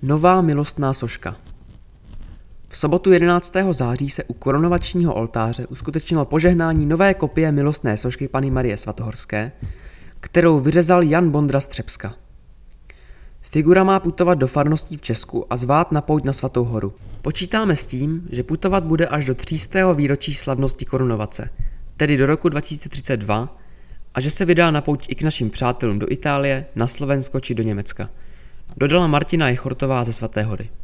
Nová milostná soška. V sobotu 11. září se u korunovačního oltáře uskutečnilo požehnání nové kopie milostné sošky Panny Marie Svatohorské, kterou vyřezal Jan Bondra z Třebska. Figura má putovat do farností v Česku a zvát na pouť na Svatou horu. Počítáme s tím, že putovat bude až do 300. výročí slavnosti korunovace, tedy do roku 2032, a že se vydá na pouť i k našim přátelům do Itálie, na Slovensko či do Německa, dodala Martina Jechortová ze Svaté hory.